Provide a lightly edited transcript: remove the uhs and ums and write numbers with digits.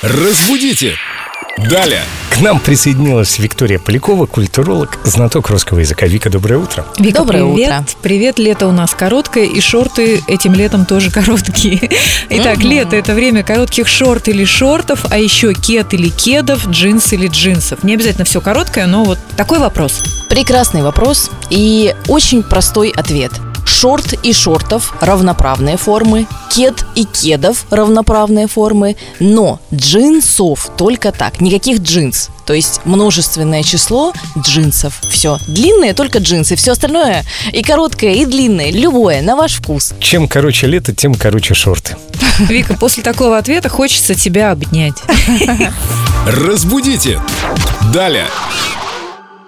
Разбудите! Далее! К нам присоединилась Виктория Полякова, культуролог, знаток русского языка. Вика, доброе утро. Вика, Доброе привет. утро. Привет, лето у нас короткое, и шорты этим летом тоже короткие. Итак, лето – это время коротких шорт или шортов, а еще кед или кедов, джинс или джинсов. Не обязательно все короткое, но вот такой вопрос. Прекрасный вопрос и очень простой ответ. Шорт и шортов – равноправные формы, кед и кедов – равноправные формы, но джинсов только так, никаких джинс. То есть множественное число джинсов. Все. Длинные только джинсы, все остальное и короткое, и длинное, любое, на ваш вкус. Чем короче лето, тем короче шорты. Вика, после такого ответа хочется тебя обнять. Разбудите! Далее!